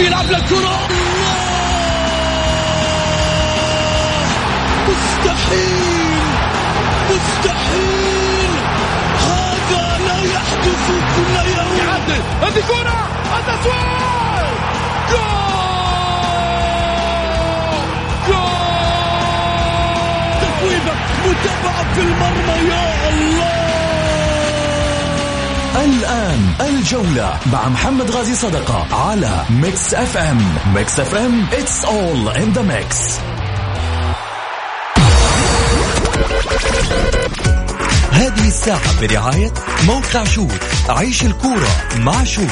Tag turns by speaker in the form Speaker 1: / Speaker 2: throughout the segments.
Speaker 1: بيلعب للكرة، مستحيل مستحيل، هذا لا يحدث كل يوم.
Speaker 2: يعدل هذه كرة، التسويق، جول جول،
Speaker 1: تسويبة متابعة في المرمى، يا الله.
Speaker 3: الآن الجولة مع محمد غازي صدقة على ميكس اف ام. ميكس اف ام it's all in the mix. هذه الساعة برعاية موقع شوت. عيش الكورة مع شوت.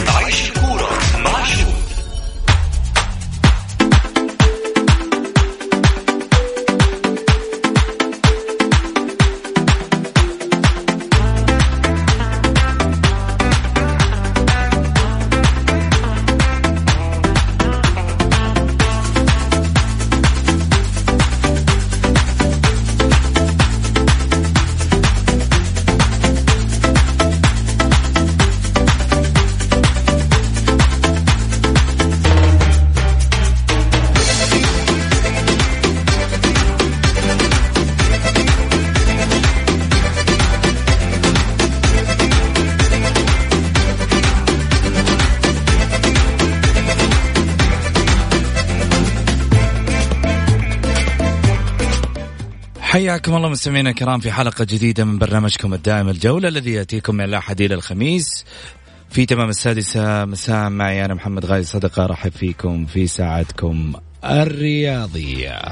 Speaker 4: حياكم الله مستمعينا الكرام في حلقة جديدة من برنامجكم الدائم الجولة، الذي يأتيكم من الأحد إلى الخميس في تمام 6 مساء. معي أنا محمد غازي صدقة، رحب فيكم في ساعتكم الرياضية.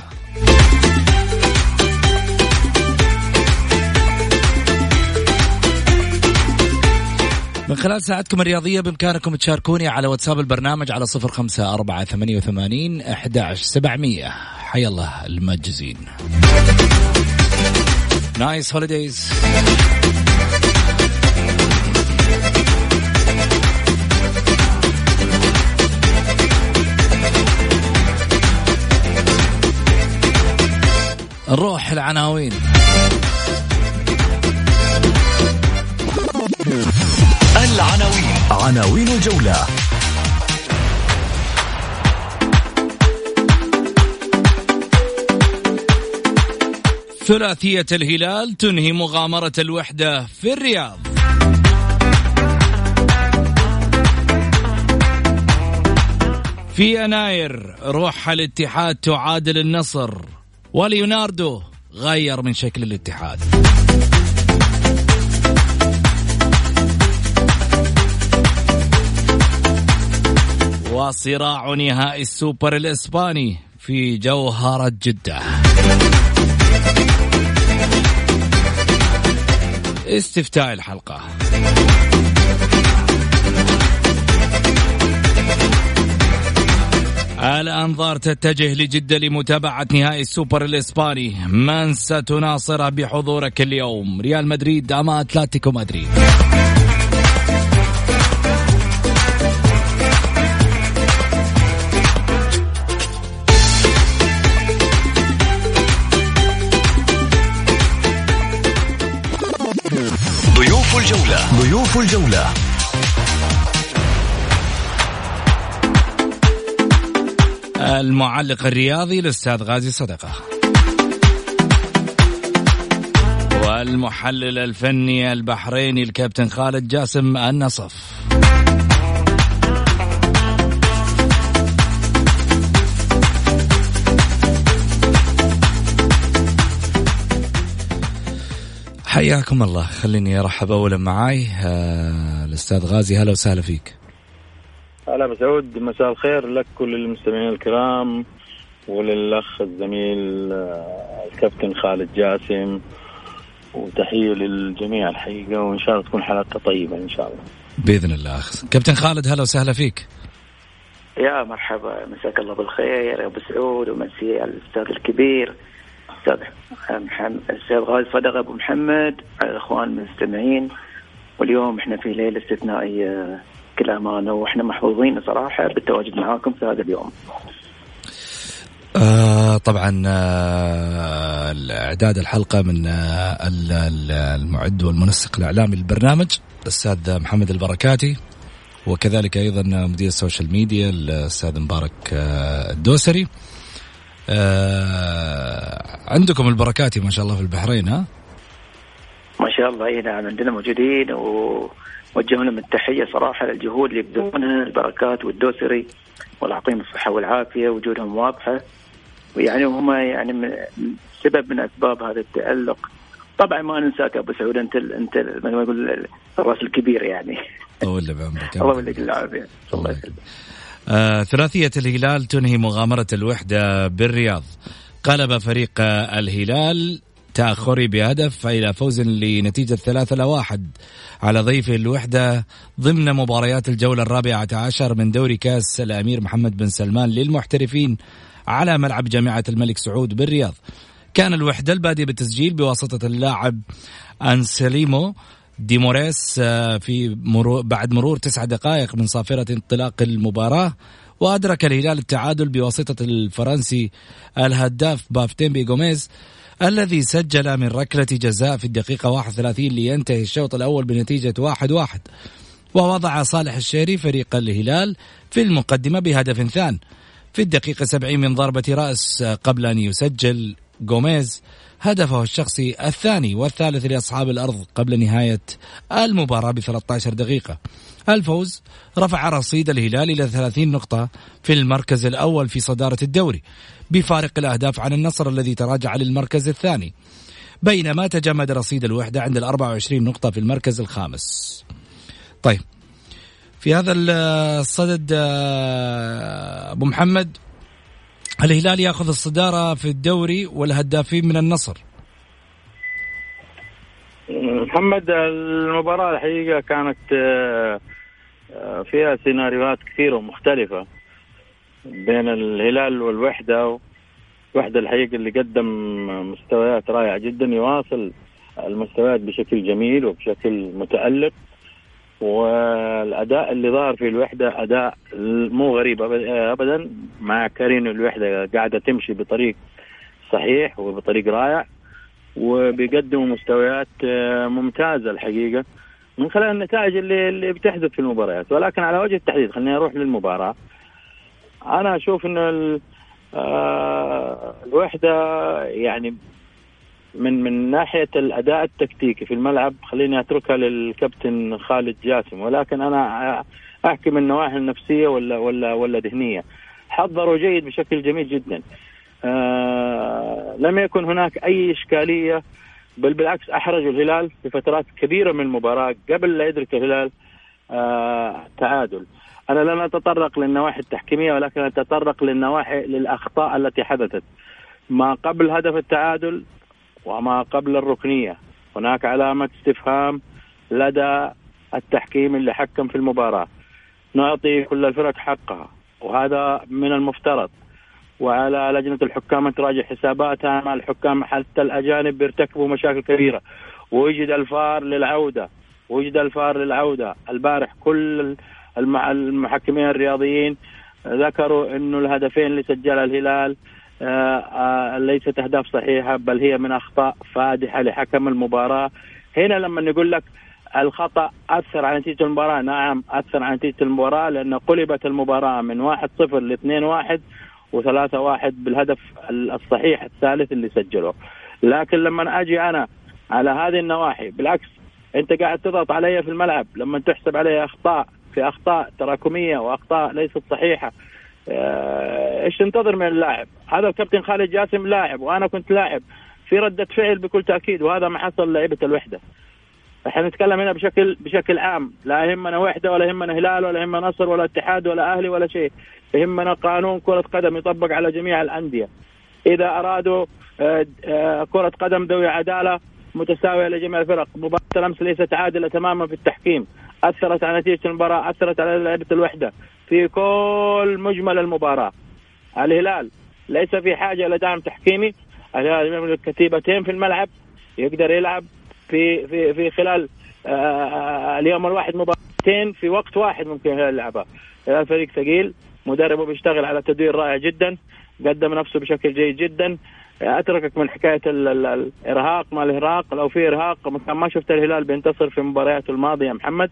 Speaker 4: من خلال ساعتكم الرياضية بإمكانكم تشاركوني على واتساب البرنامج على 0548811700. حيا الله المجزين. نايس هوليديز. نروح العناوين.
Speaker 3: عناوين الجولة.
Speaker 4: ثلاثية الهلال تنهي مغامرة الوحدة في الرياض. في يناير روح الاتحاد تعادل النصر، وليوناردو غير من شكل الاتحاد. وصراع نهائي السوبر الإسباني في جوهرة جدة. استفتاء الحلقة. الأنظار تتجه لجدة لمتابعة نهائي السوبر الإسباني. من ستناصره بحضورك اليوم؟ ريال مدريد أم أتلتيكو مدريد؟
Speaker 3: ضيوف الجولة.
Speaker 4: المعلق الرياضي الأستاذ غازي صدقة، والمحلل الفني البحريني الكابتن خالد جاسم النصف. حياكم الله. خليني أرحب أولا معاي الأستاذ غازي. هلا وسهلا فيك.
Speaker 5: هلا مسعود، مساء الخير لك كل المستمعين الكرام، وللأخ الزميل الكابتن خالد جاسم، وتحية للجميع الحقيقة، وإن شاء الله تكون حلقة طيبة إن شاء الله
Speaker 4: بإذن الله. كابتن خالد هلا وسهلا فيك.
Speaker 6: يا مرحبا، مساك الله بالخير يا أبو سعود، ومسي الأستاذ الكبير الأستاذ غازي صدقة أبو محمد، على الأخوان المستمعين. واليوم إحنا في ليلة استثنائية كل أمانة، وإحنا محظوظين صراحة بالتواجد معاكم في هذا اليوم.
Speaker 4: طبعا إعداد الحلقة من المعد والمنسق الإعلامي للبرنامج الأستاذ محمد البركاتي، وكذلك أيضا مدير السوشيال ميديا الأستاذ مبارك الدوسري. عندكم البركاتي ما شاء الله في البحرين، ها؟
Speaker 6: ما شاء الله. إيه نعم، عندنا موجودين ووجه لهم التحية صراحة للجهود اللي يبذلونها، البركات والدوسري، والله يعطيهم الصحة والعافية، وجودهم واضحة، ويعني هم يعني سبب من أسباب هذا التألق. طبعا ما ننساك أبو سعود، أنت ما يقول الراس الكبير يعني.
Speaker 4: طول بعمرك.
Speaker 6: الله يديك العافية. الله يسلمك.
Speaker 4: ثلاثية الهلال تنهي مغامرة الوحدة بالرياض. قلب فريق الهلال تأخري بهدف إلى فوز لنتيجة 3-1 على ضيف الوحدة ضمن مباريات الجولة 14 من دوري كاس الأمير محمد بن سلمان للمحترفين على ملعب جامعة الملك سعود بالرياض. كان الوحدة البادئ بالتسجيل بواسطة اللاعب أنسليمو دي موريس بعد مرور 9 دقائق من صافرة انطلاق المباراة، وأدرك الهلال التعادل بواسطة الفرنسي الهداف بافتيمبي غوميز الذي سجل من ركلة جزاء في الدقيقة 31 لينتهي الشوط الأول بنتيجة 1-1. ووضع صالح الشهري فريق الهلال في المقدمة بهدف ثان في الدقيقة 70 من ضربة رأس قبل أن يسجل غوميز هدفه الشخصي الثاني والثالث لأصحاب الأرض قبل نهاية المباراة ب13 دقيقة. الفوز رفع رصيد الهلال إلى 30 نقطة في المركز الأول في صدارة الدوري بفارق الأهداف عن النصر الذي تراجع للمركز الثاني، بينما تجمد رصيد الوحدة عند 24 نقطة في المركز الخامس. طيب في هذا الصدد أبو محمد، الهلال يأخذ الصدارة في الدوري والهدافين من النصر.
Speaker 5: محمد، المباراة الحقيقة كانت فيها سيناريوهات كثيرة ومختلفة بين الهلال والوحدة. الوحدة الحقيقة اللي قدم مستويات رائعة جدا، يواصل المستويات بشكل جميل وبشكل متألق، والأداء اللي ظهر في الوحدة أداء مو غريب أبدا، مع كارين الوحدة قاعدة تمشي بطريق صحيح وبطريق رائع، وبيقدموا مستويات ممتازة الحقيقة من خلال النتائج اللي بتحدث في المباريات. ولكن على وجه التحديد خلينا نروح للمباراة. أنا أشوف إن الوحدة يعني من ناحية الأداء التكتيكي في الملعب خليني أتركها للكابتن خالد جاسم، ولكن أنا أحكي من النواحي النفسية ولا ذهنية. حضروا جيد بشكل جميل جدا، لم يكن هناك أي إشكالية، بل بالعكس أحرجوا الهلال في فترات كبيرة من المباراة قبل لا يدرك الهلال تعادل. أنا لن أتطرق للنواحي التحكيمية، ولكن أتطرق للأخطاء التي حدثت ما قبل هدف التعادل وما قبل الركنية. هناك علامة استفهام لدى التحكيم اللي حكم في المباراة. نعطي كل الفرق حقها، وهذا من المفترض، وعلى لجنة الحكام أن تراجع حساباتها مع الحكام حتى الأجانب بيرتكبوا مشاكل كبيرة. ووجد الفار للعودة البارح. كل المحكمين الرياضيين ذكروا أنه الهدفين اللي سجلها الهلال ليست أهداف صحيحة، بل هي من أخطاء فادحة لحكم المباراة. هنا لما نقول لك الخطأ أثر على نتيجة المباراة، نعم أثر على نتيجة المباراة، لأن قلبت المباراة من 1-0 ل2-1 و3-1 بالهدف الصحيح الثالث اللي سجله. لكن لما أجي أنا على هذه النواحي بالعكس، أنت قاعد تضغط علي في الملعب لما تحسب علي أخطاء تراكمية وأخطاء ليست صحيحة. إيش تنتظر من اللاعب؟ هذا الكابتن خالد جاسم لاعب وأنا كنت لاعب، في ردة فعل بكل تأكيد، وهذا ما حصل لعيبة الوحدة. احنا نتكلم هنا بشكل عام، لا يهمنا وحدة ولا يهمنا هلال ولا يهمنا نصر ولا اتحاد ولا أهلي ولا شيء، يهمنا قانون كرة قدم يطبق على جميع الأندية. إذا أرادوا كرة قدم ذوي عدالة متساوية لجميع الفرق. مباراة الأمس ليست عادلة تماما في التحكيم، أثرت على نتيجة المباراة، أثرت على لعيبة الوحدة في كل مجمل المباراة. الهلال ليس في حاجة إلى دعم تحكيمي. الهلال يملك كتيبتين في الملعب، يقدر يلعب في خلال اليوم الواحد مباراتين في وقت واحد ممكن يلعبها. الهلال فريق ثقيل، مدربه بيشتغل على تدوير رائع جدا، قدم نفسه بشكل جيد جدا. أتركك من حكاية الإرهاق ما الإرهاق، لو في إرهاق ما شفت الهلال بينتصر في مبارياته الماضية محمد.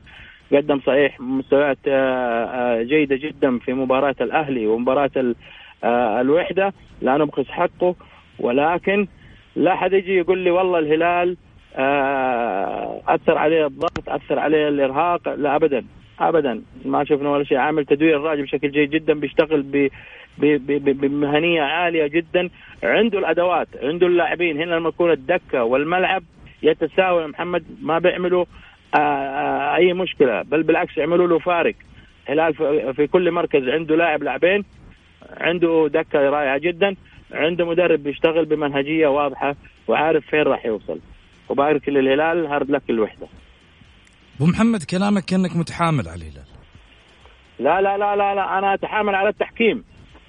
Speaker 5: قدم صحيح مستويات جيدة جدا في مباراة الأهلي ومباراة الوحدة، لا نبخس حقه، ولكن لا حد يجي يقول لي والله الهلال أثر عليه الضغط، أثر عليه الإرهاق. لا أبدا أبدا، ما شفنا ولا شيء. عامل تدوير الراجل بشكل جيد جدا، بيشتغل بمهنية عالية جدا، عنده الأدوات، عنده اللاعبين. هنا لما يكون الدكة والملعب يتساوي يا محمد ما بيعملوا أي مشكلة، بل بالعكس يعملوا له فارق. هلال في كل مركز عنده لاعبين، عنده دكة رائعة جدا، عنده مدرب بيشتغل بمنهجية واضحة وعارف فين راح يوصل. وبارك للهلال، هارد لك الوحدة.
Speaker 4: أبو محمد كلامك كأنك متحامل على الهلال.
Speaker 5: لا لا لا لا لا، أنا أتحامل على التحكيم.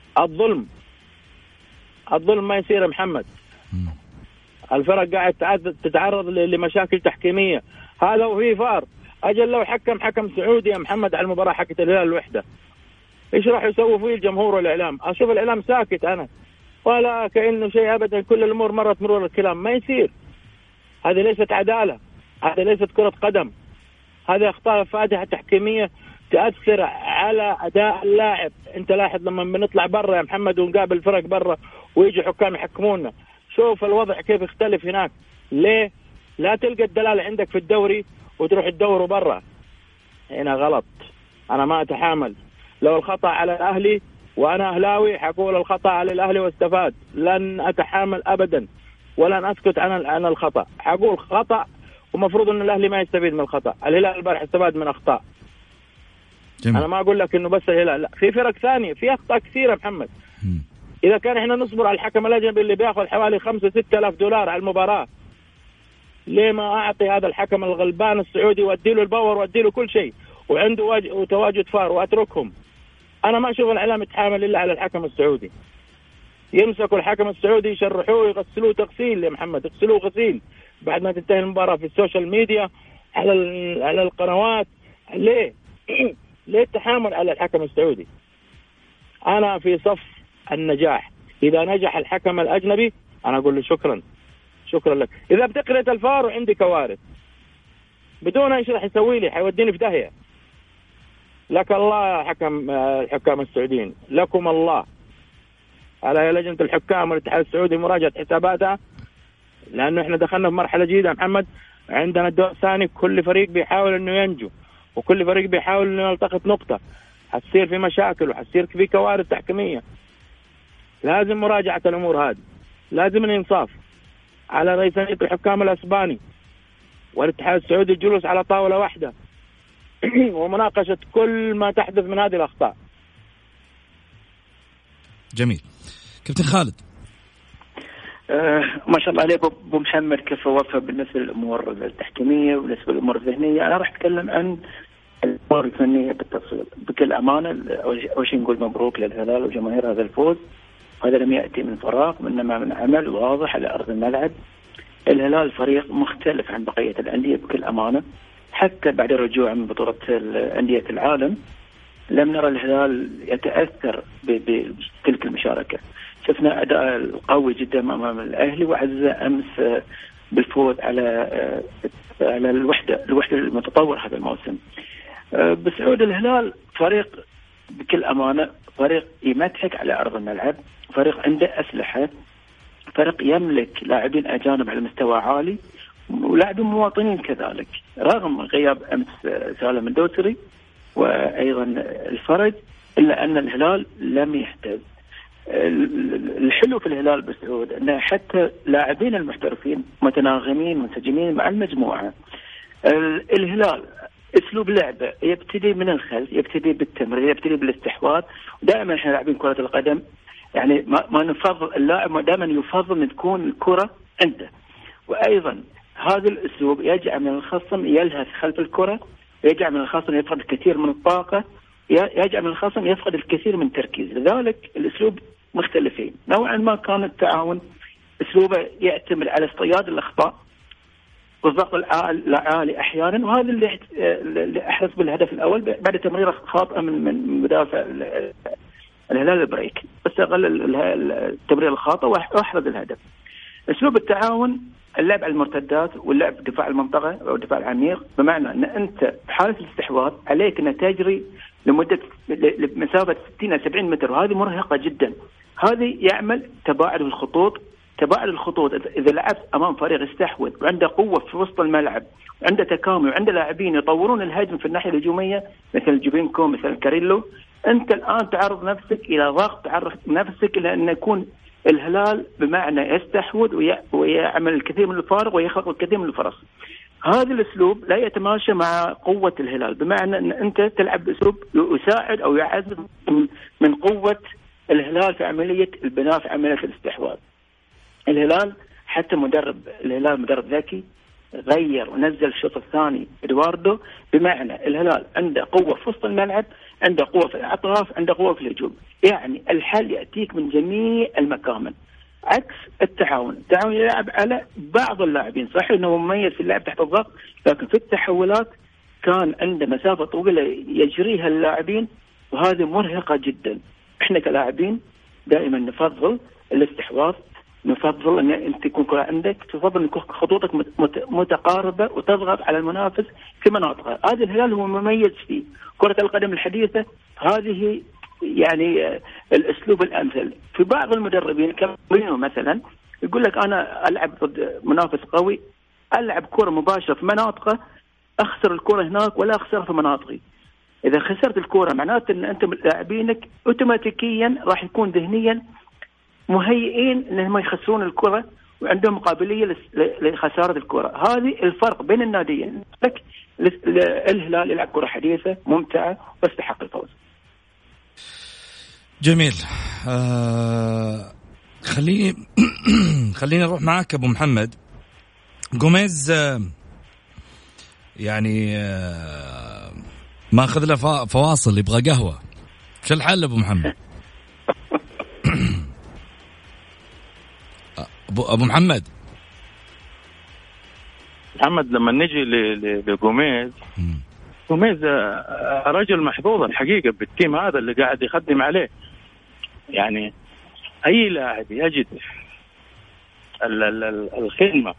Speaker 5: الظلم ما يصير يا محمد. الفرق قاعد تتعرض لمشاكل تحكيمية. هذا وفي فار أجل لو حكم سعودي يا محمد على المباراة حقت الهلال الوحدة، إيش راح يسوي فيه الجمهور والإعلام؟ أشوف الإعلام ساكت أنا ولا كأنه شيء أبدا، كل الأمور مرت مرور الكلام. ما يصير، هذه ليست عدالة، هذه ليست كرة قدم، هذه أخطاء فادحة تحكيمية تأثر على أداء اللاعب. أنت لاحظ لما بنطلع برا يا محمد ونقابل فرق برا ويجي حكام يحكمونا، شوف الوضع كيف يختلف هناك. ليه لا تلقى الدلالة عندك في الدوري وتروح تدوره برا؟ هنا غلط. أنا ما أتحامل. لو الخطأ على الأهلي وأنا أهلاوي حقول الخطأ على الأهلي واستفاد، لن أتحامل أبدا ولن أسكت عن الخطأ. حقول خطأ ومفروض أن الأهلي ما يستفيد من الخطأ. الهلال البارح استفاد من أخطاء. جميل. أنا ما أقول لك إنه بس الهلال، لا، في فرق ثانية في أخطاء كثيرة محمد. إذا كان إحنا نصبر على الحكم الأجنبي اللي بيأخذ حوالي 5-6 آلاف دولار على المباراة، ليه ما أعطي هذا الحكم الغلبان السعودي وأديله الباور وأديله كل شيء وعنده وتواجد فار وأتركهم؟ أنا ما أشوف الإعلام يتحامل إلا على الحكم السعودي. يمسكوا الحكم السعودي يشرحوه يغسلوه تغسيل يا محمد، يغسلوه غسيل بعد ما تنتهي المباراة في السوشيال ميديا على القنوات. ليه ليه التحامل على الحكم السعودي؟ أنا في صف النجاح. إذا نجح الحكم الأجنبي أنا أقول له شكرا لك. إذا بتقرأ الفار وعندي كوارث بدون إيش راح يسوي لي؟ حيوديني في داهية. لك الله الحكام السعوديين، لكم الله. على لجنة الحكام والاتحاد السعودي مراجعة حساباتها، لأنه إحنا دخلنا في مرحلة جديدة محمد. عندنا الدور الثاني، كل فريق بيحاول إنه ينجو وكل فريق بيحاول إنه يلتقط نقطة. حتصير في مشاكل وحتصير في كوارث تحكيمية. لازم مراجعة الأمور هذه، لازم الإنصاف على رئيسية الحكام الأسباني والاتحاد السعودي، الجلوس على طاولة واحدة ومناقشة كل ما تحدث من هذه الأخطاء.
Speaker 4: جميل. كابتن خالد.
Speaker 6: ما شاء الله عليك أبو محمد، كيف وفى بالنسبة للأمور التحكيمية وبالنسبة للأمور الذهنية. أنا راح أتكلم عن الأمور الفنية بالتفصيل. بكل أمانة أول شيء نقول مبروك للهلال وجماهير هذا الفوز. هذا لم يأتي من فراغ، وإنما من عمل واضح على أرض الملعب. الهلال فريق مختلف عن بقية الأندية بكل أمانة. حتى بعد الرجوع من بطولة أندية العالم لم نرى الهلال يتأثر بتلك المشاركة. شفنا أداء قوي جدا أمام الأهلي، وعزة أمس بالفوز على الوحدة المتطور هذا الموسم. بسعود الهلال فريق بكل أمانة فريق يمتحك على أرض الملعب، فريق عنده أسلحة، فريق يملك لاعبين أجانب على مستوى عالي ولاعبين مواطنين كذلك. رغم غياب أمس سالم الدوسري وأيضا الفرج، إلا أن الهلال لم يهتز. الحلو في الهلال بسعود أن حتى لاعبين المحترفين متناغمين منسجمين مع المجموعة. الهلال اسلوب لعبه يبتدي من الخلف، يبتدي بالتمرير، يبتدي بالاستحواذ. ودائما احنا لاعبين كرة القدم يعني ما نفضل اللاعب دائما يفضل ان تكون الكرة عنده. وايضا هذا الاسلوب يجعل من الخصم يلهث خلف الكرة، يجعل من الخصم يفقد الكثير من الطاقة، يجعل من الخصم يفقد الكثير من التركيز. لذلك الاسلوب مختلفين نوعا ما. كان التعاون اسلوبه يعتمد على اصطياد الاخطاء والضغط العالي احيانا، وهذا اللي احرز بالهدف الاول بعد تمريره خاطئه من مدافع الهلال البريك. استغل التمرير الخاطئ واحرز الهدف. أسلوب التعاون اللعب على المرتدات واللعب دفاع المنطقة أو الدفاع العميق، بمعنى أن أنت بحالة الاستحواذ عليك أن تجري لمسافة 60 إلى 70 متر، وهذه مرهقة جدا. هذه يعمل تباعد الخطوط. تباعد الخطوط إذا لعبت أمام فريق يستحوذ وعنده قوة في وسط الملعب وعنده تكامل وعنده لاعبين يطورون الهجم في الناحية الهجومية مثل جوفينكو مثل كاريلو، أنت الآن تعرض نفسك إلى ضغط، تعرض نفسك إلى أن يكون الهلال بمعنى يستحوذ ويعمل الكثير من الفارق ويخلق الكثير من الفرص. هذا الأسلوب لا يتماشى مع قوة الهلال، بمعنى أن أنت تلعب بأسلوب يساعد أو يعزز من قوة الهلال في عملية البناء، في عملية الاستحواذ. الهلال حتى الهلال مدرب ذكي، غير ونزل الشوط الثاني إدواردو، بمعنى الهلال عنده قوة في وسط الملعب، عنده قوة في الأطراف، عنده قوة في الهجوم. يعني الحل يأتيك من جميع المكامن، عكس التعاون يلعب على بعض اللاعبين. صحيح أنه مميز في اللعب تحت الضغط، لكن في التحولات كان عنده مسافة طويلة يجريها اللاعبين، وهذه مرهقة جدا. احنا كلاعبين دائما نفضل الاستحواذ، نفضل ان انت يكون كرة عندك، تفضل ان يكون خطوطك متقاربة وتضغط على المنافس في مناطقه. هذا الهلال هو مميز فيه. كرة القدم الحديثة هذه يعني الاسلوب الامثل. في بعض المدربين كمورينيو مثلا يقول لك انا العب ضد منافس قوي، العب كرة مباشرة في مناطقه، اخسر الكرة هناك ولا اخسرها في مناطقي. اذا خسرت الكرة معناته ان انت لاعبينك اوتوماتيكيا راح يكون ذهنيا مهيئين انهم يخسرون الكرة وعندهم قابلية لخسارة الكرة. هذه الفرق بين الناديين. الهلال يلعب كرة حديثة ممتعة واستحق الفوز.
Speaker 4: جميل. خليني نروح معك أبو محمد. جوميز يعني ما أخذ له فواصل، يبغى قهوة. شو الحل أبو محمد؟ أبو محمد
Speaker 5: لما نجي لجوميز، جوميز رجل محظوظ الحقيقة بالتيم هذا اللي قاعد يخدم عليه. يعني أي لاعب يجد الخدمة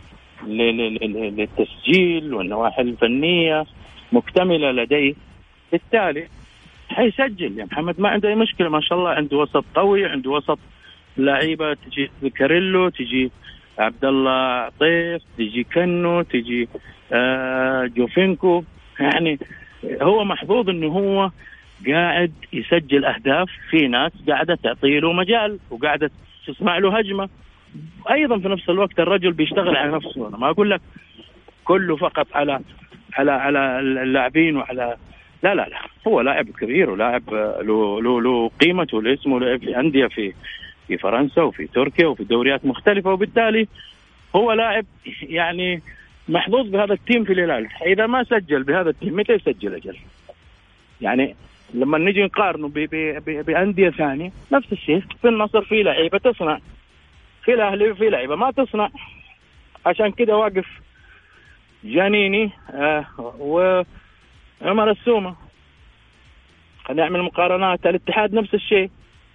Speaker 5: للتسجيل والنواحي الفنية مكتملة لديه، بالتالي حيسجل. يا محمد ما عنده أي مشكلة، ما شاء الله عنده وسط قوي، عنده وسط لاعيبة، تجي كاريلو، تجي عبد الله عطيف، تجي كنو، تجي جوفينكو. يعني هو محظوظ انه هو قاعد يسجل اهداف، في ناس قاعدة تعطي له مجال وقاعدة تسمع له هجمة. ايضا في نفس الوقت الرجل بيشتغل على نفسه. انا ما اقول لك كله فقط على اللاعبين وعلى لا هو لاعب كبير ولاعب له قيمته لاسمه، لعب في أندية في فرنسا وفي تركيا وفي دوريات مختلفة، وبالتالي هو لاعب يعني محظوظ بهذا التيم في الهلال. إذا ما سجل بهذا التيم متى يسجل أجل؟ يعني لما نيجي نقارنه بأندية ثانية نفس الشيء. في النصر في لعيبة تصنع، في الأهلي في لعيبة ما تصنع. عشان كده واقف جانيني وعمر السومة. خلينا نعمل مقارنات. الاتحاد نفس الشيء.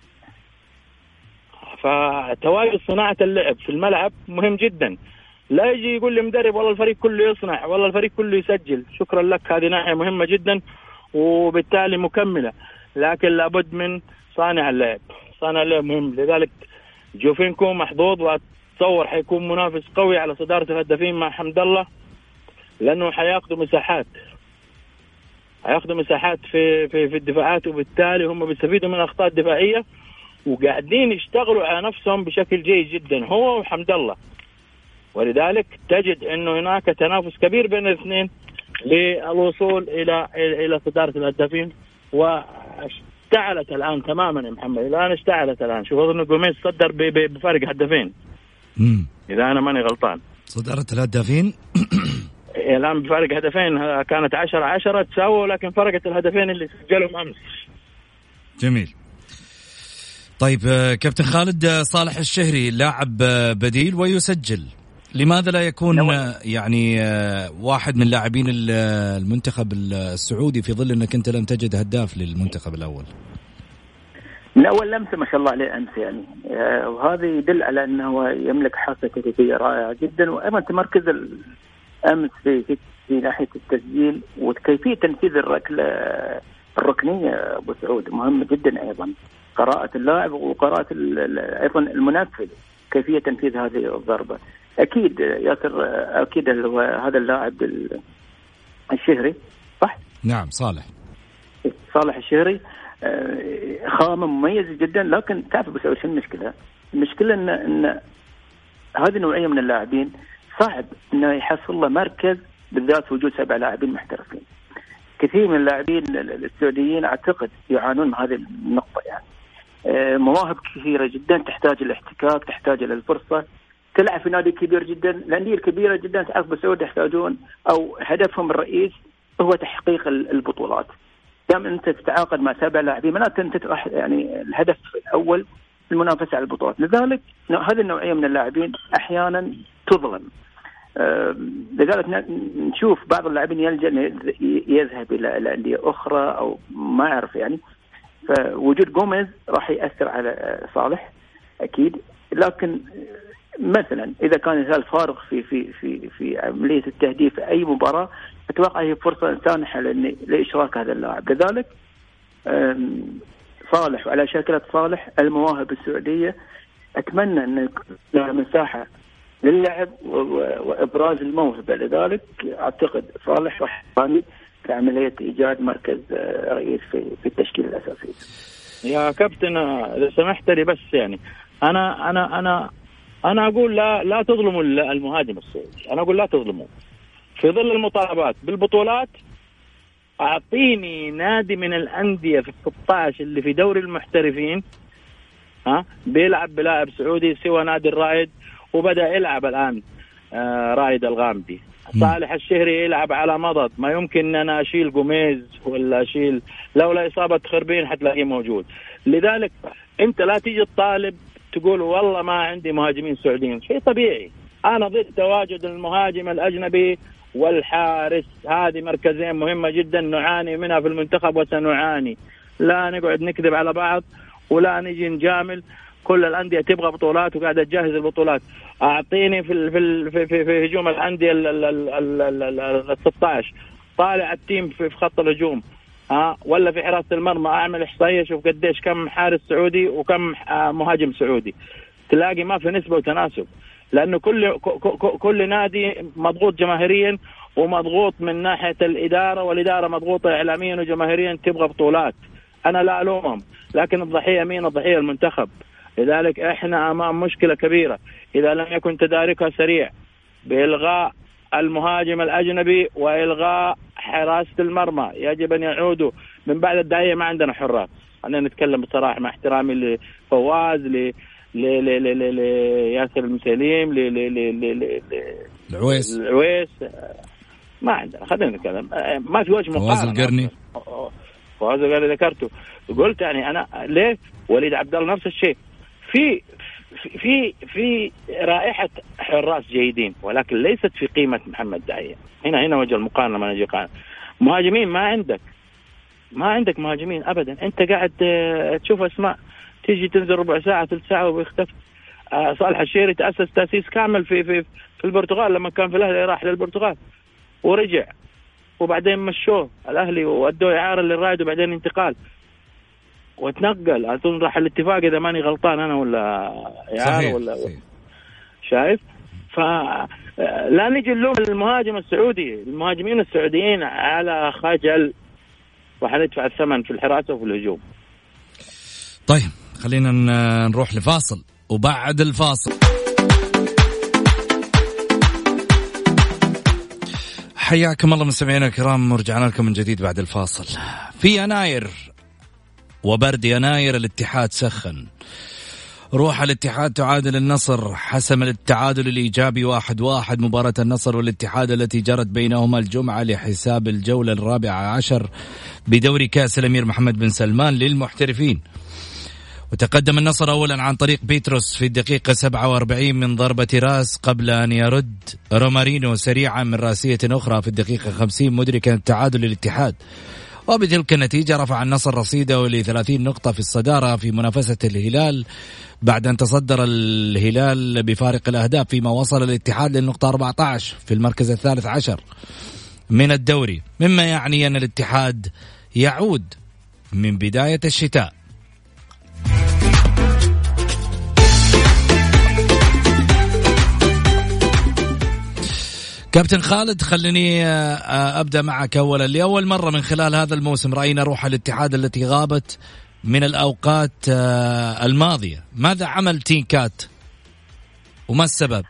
Speaker 5: فتواجد صناعة اللعب في الملعب مهم جدا. لا يجي يقول لي مدرب والله الفريق كله يصنع، والله الفريق كله يسجل. شكرا لك، هذه ناحية مهمة جدا وبالتالي مكملة، لكن لابد من صانع اللعب. صانع اللعب مهم. لذلك جوفينكو محظوظ، وأتصور حيكون منافس قوي على صدارة الهدافين مع حمد الله، لأنه حياخذوا مساحات في الدفاعات، وبالتالي هم بيستفيدوا من الأخطاء الدفاعية وقاعدين يشتغلوا على نفسهم بشكل جيد جدا هو وحمد الله. ولذلك تجد انه هناك تنافس كبير بين الاثنين للوصول الى صدارة الهدافين. واشتعلت الان تماما يا محمد، الان اشتعلت الان. شوف اظن جوميز صدر بفارق هدفين اذا انا ماني غلطان.
Speaker 4: صدارة الهدافين
Speaker 5: الان بفارق هدفين، كانت 10-10 تساووا، لكن فرقت الهدفين اللي سجلهم امس.
Speaker 4: جميل. طيب كابتن خالد، صالح الشهري لاعب بديل ويسجل، لماذا لا يكون يعني واحد من لاعبين المنتخب السعودي في ظل أنك أنت لم تجد هداف للمنتخب الأول؟
Speaker 6: من أول لمسة ما شاء الله عليه أمس يعني، وهذا يدل على أنه يملك حاسة تكتيكية رائعة جدا، وأيضا تمركز الأمس في ناحية التسجيل وكيفية تنفيذ الركلة الركنية أبو سعود مهمة جدا. أيضا قراءة اللاعب وقراءة أيضا المنفذ كيفية تنفيذ هذه الضربة. أكيد ياسر، أكيد هذا اللاعب الشهري صح؟
Speaker 4: نعم صالح
Speaker 6: الشهري خامة مميزة جدا، لكن تعرف بس شو المشكلة إن هذه النوعية من اللاعبين صعب إنه يحصل له مركز، بالذات وجود 7 لاعبين محترفين. كثير من اللاعبين السعوديين أعتقد يعانون من هذه النقطة يعني. مواهب كثيرة جدا تحتاج الاحتكاك، تحتاج الفرصة، تلعب في نادي كبير جدا. الأندية الكبيرة جدا تعرف بسعود يحتاجون أو هدفهم الرئيس هو تحقيق البطولات. دام أنت تتعاقد مع 7 لاعبين معناته أنت يعني الهدف الأول المنافسة على البطولات. لذلك هذه النوعية من اللاعبين أحيانا تظلم. لذلك نشوف بعض اللاعبين يلجأ يذهب إلى أندية أخرى أو ما أعرف يعني. فوجود جوميز راح يأثر على صالح أكيد، لكن مثلا إذا كان هذا الفارق في عملية التهديف في أي مباراة، أتوقع هي فرصة سانحة لإشراك هذا اللاعب. لذلك صالح وعلى شاكلة صالح المواهب السعودية أتمنى أن يكون مساحة للعب وإبراز الموهبة. لذلك أعتقد صالح راح يقام كعملية إيجاد مركز رئيس في التشكيل الأساسي.
Speaker 5: يا كابتن إذا سمحت لي بس يعني أنا أقول لا تظلموا المهاجم السعودي. أنا أقول لا تظلموا في ظل المطالبات بالبطولات. أعطيني نادي من الأندية في 16 اللي في دوري المحترفين بيلعب بلاعب سعودي سوى نادي الرائد، وبدأ يلعب الآن رائد الغامدي. صالح الشهري يلعب على مضض، ما يمكن أن أنا أشيل جوميز ولا أشيل، لولا إصابة خربين حتلاقيه موجود. لذلك أنت لا تيجي الطالب تقول والله ما عندي مهاجمين سعوديين، شيء طبيعي. أنا ضد تواجد المهاجم الأجنبي والحارس، هذه مركزين مهمة جدا نعاني منها في المنتخب وسنعاني. لا نقعد نكذب على بعض ولا نجي نجامل. كل الأندية تبغى بطولات وقاعدة تجهز البطولات. أعطيني في هجوم الأندية ال 16 طالع التيم في خط الهجوم ولا في حراسة المرمى، أعمل إحصائية شوف قديش كم حارس سعودي وكم مهاجم سعودي، تلاقي ما في نسبة وتناسب. لأنه كل نادي مضغوط جماهيريا ومضغوط من ناحية الإدارة، والإدارة مضغوطة إعلاميا وجماهيريا تبغى بطولات. أنا لا ألومهم، لكن الضحية مين؟ الضحية المنتخب. لذلك إحنا أمام مشكلة كبيرة إذا لم يكن تداركها سريع بإلغاء المهاجم الأجنبي وإلغاء حراسة المرمى. يجب أن يعودوا من بعد الداعية. ما عندنا حراس، أنا نتكلم بصراحة مع احترامي لفواز ياسر المسليم
Speaker 4: العويس
Speaker 5: ما عندنا. خلينا نتكلم ما في وجه مقارنة. فواز القرني ذكرته، قلت يعني أنا ليه وليد عبد الله نفس الشيء. في رائحة حراس جيدين، ولكن ليست في قيمة محمد داعية. هنا وجه المقارنة. ما نجي قارن مهاجمين، ما عندك مهاجمين أبدا. أنت قاعد تشوف أسماء تيجي تنزل ربع ساعة ثلث ساعة وبيختفي. صالح الشهري تأسس تأسيس كامل في البرتغال، لما كان في الأهلي راح للبرتغال ورجع، وبعدين مشوه الأهلي وأدوه إعارة للرائد، وبعدين انتقال وتنقل. أظن راح الاتفاق إذا ماني غلطان أنا، ولا إعارة ولا شايف. فلا نجي نلوم المهاجم السعودي. المهاجمين السعوديين على خجل، وحندفع الثمن في الحراسة وفي الهجوم.
Speaker 4: طيب خلينا نروح لفاصل، وبعد الفاصل حياكم الله مستمعينا الكرام، ورجعنا لكم من جديد بعد الفاصل. في يناير وبرد يناير الاتحاد سخن، روح الاتحاد تعادل النصر، حسم التعادل الإيجابي 1-1 مباراة النصر والاتحاد التي جرت بينهما الجمعة لحساب الجولة 14 بدوري كأس الأمير محمد بن سلمان للمحترفين. وتقدم النصر أولا عن طريق بيتروس في الدقيقة 47 من ضربة راس، قبل أن يرد رومارينو سريعا من راسية أخرى في الدقيقة 50 مدركا التعادل للاتحاد. وبتلك النتيجة رفع النصر رصيده ل30 نقطة في الصدارة في منافسة الهلال بعد أن تصدر الهلال بفارق الأهداف، فيما وصل الاتحاد للنقطة 14 في المركز الثالث عشر من الدوري، مما يعني أن الاتحاد يعود من بداية الشتاء. كابتن خالد، خليني أبدأ معك أولا. لأول مرة من خلال هذا الموسم رأينا روح الاتحاد التي غابت من الأوقات الماضية. ماذا عمل تينكات وما السبب؟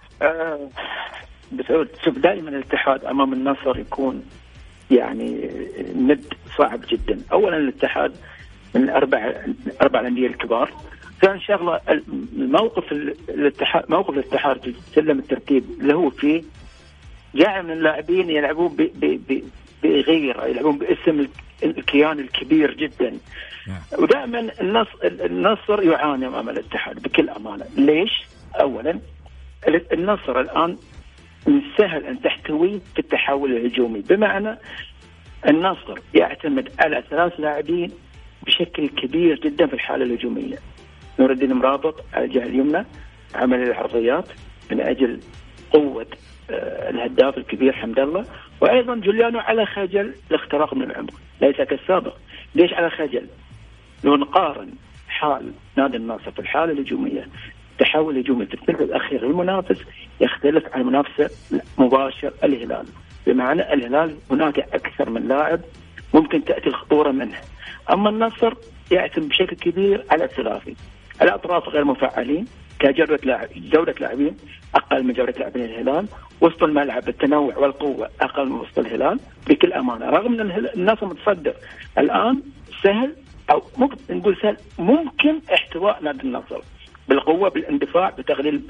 Speaker 6: بسعود، شوف دائما الاتحاد أمام النصر يكون يعني ند صعب جدا. أولا الاتحاد من أربع الأندية الكبار. ثاني شغلة موقف الاتحاد في سلم الترتيب اللي هو فيه جاء من اللاعبين يلعبون بغيره، يلعبون باسم الكيان الكبير جدا. ودائما النصر يعاني امام الاتحاد بكل امانه. ليش؟ اولا النصر الان من السهل ان تحتويه في التحول الهجومي، بمعنى النصر يعتمد على 3 لاعبين بشكل كبير جدا في الحاله الهجوميه. نور الدين مرابط على الجهه اليمنى عمل العرضيات من اجل قوه الهداف الكبير حمد الله، وايضا جوليانو على خجل الاختراق من العمق ليس كالسابق. ليش على خجل؟ لو نقارن حال نادي النصر في الحاله الهجوميه، التحول الهجومي في الثلث الاخير المنافس يختلف عن منافسه مباشر الهلال، بمعنى الهلال هناك اكثر من لاعب ممكن تاتي الخطوره منه، اما النصر يعتمد بشكل كبير على الثلاثي، الاطراف غير مفعلين جودة لاعبين أقل من جودة لاعبين الهلال، وسط الملعب التنوع والقوة أقل من وسط الهلال بكل أمانة. رغم أن النصر متصدر الآن سهل، أو ممكن نقول سهل، ممكن احتواء نادي النصر بالقوة بالاندفاع بتغليل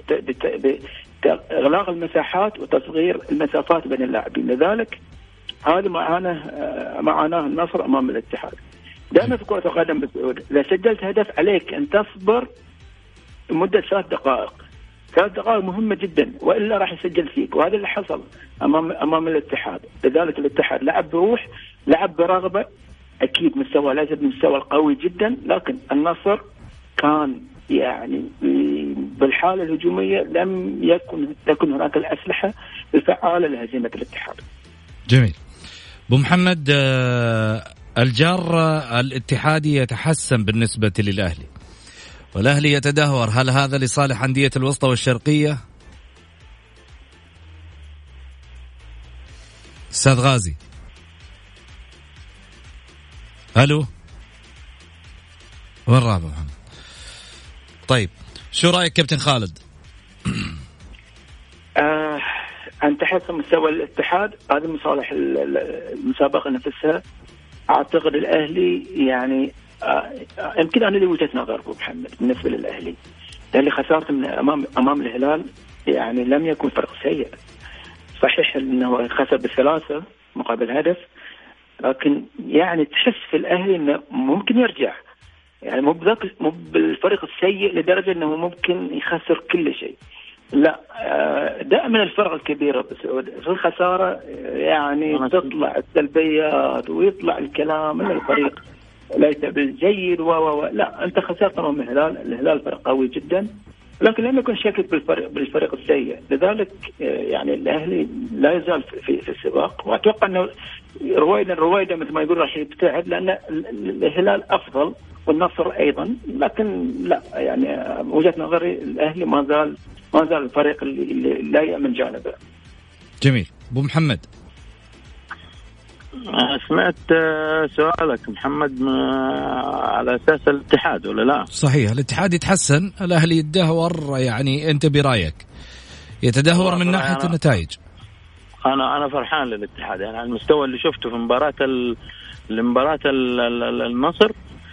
Speaker 6: بإغلاق المساحات وتصغير المسافات بين اللاعبين. لذلك هذا معاناه النصر أمام الاتحاد. دائما في كرة القدم بالسعودية إذا سجلت هدف عليك أن تصبر مدة 3 دقائق. 3 دقائق مهمة جدا، وإلا راح يسجل فيك، وهذا اللي حصل أمام الاتحاد. لذلك الاتحاد لعب بروح، لعب برغبة، أكيد مستوى ليس بالمستوى القوي جدا، لكن النصر كان يعني بالحالة الهجومية لم يكن هناك الأسلحة الفعالة لهزيمة الاتحاد.
Speaker 4: جميل. أبو محمد، الجار الاتحادي يتحسن بالنسبة للأهلي والأهلي يتدهور، هل هذا لصالح أندية الوسطى والشرقية؟ أستاذ غازي، ألو، وين راح محمد؟ طيب شو رأيك كابتن خالد؟
Speaker 6: أن تحسن مستوى الاتحاد هذا مصالح المسابقة نفسها. أعتقد الأهلي يعني يمكن أنا لي وجهة نظر أبو محمد بالنسبة للأهلي، لأن خسارة من أمام الهلال يعني لم يكن فرق سيء. صحيح أنه خسر ب3 مقابل هدف، لكن يعني تحس في الأهلي أنه ممكن يرجع، يعني مو بالفريق السيء لدرجة أنه ممكن يخسر كل شيء. لا، دائما الفرق الكبيرة في الخسارة يعني تطلع السلبيات ويطلع الكلام من الفريق ليس بالجيد لا، أنت خسرت من الهلال فرق قوي جدا، لكن لم يكن شاكك بالفريق السيء. لذلك يعني الأهلي لا يزال في السباق، وأتوقع أنه رويدا مثل ما يقول راح يبتعد، لأن الهلال أفضل والنصر أيضا، لكن لا يعني وجهة نظري الأهلي ما زال الفريق اللي لا يأمن جانبه.
Speaker 4: جميل. أبو محمد،
Speaker 5: سمعت سؤالك محمد على أساس الاتحاد ولا لا؟
Speaker 4: صحيح، الاتحاد يتحسن، الأهلي يتدهور، يعني أنت برأيك يتدهور من ناحية النتائج؟
Speaker 5: أنا فرحان للاتحاد، يعني على المستوى اللي شفته في مباراة النصر.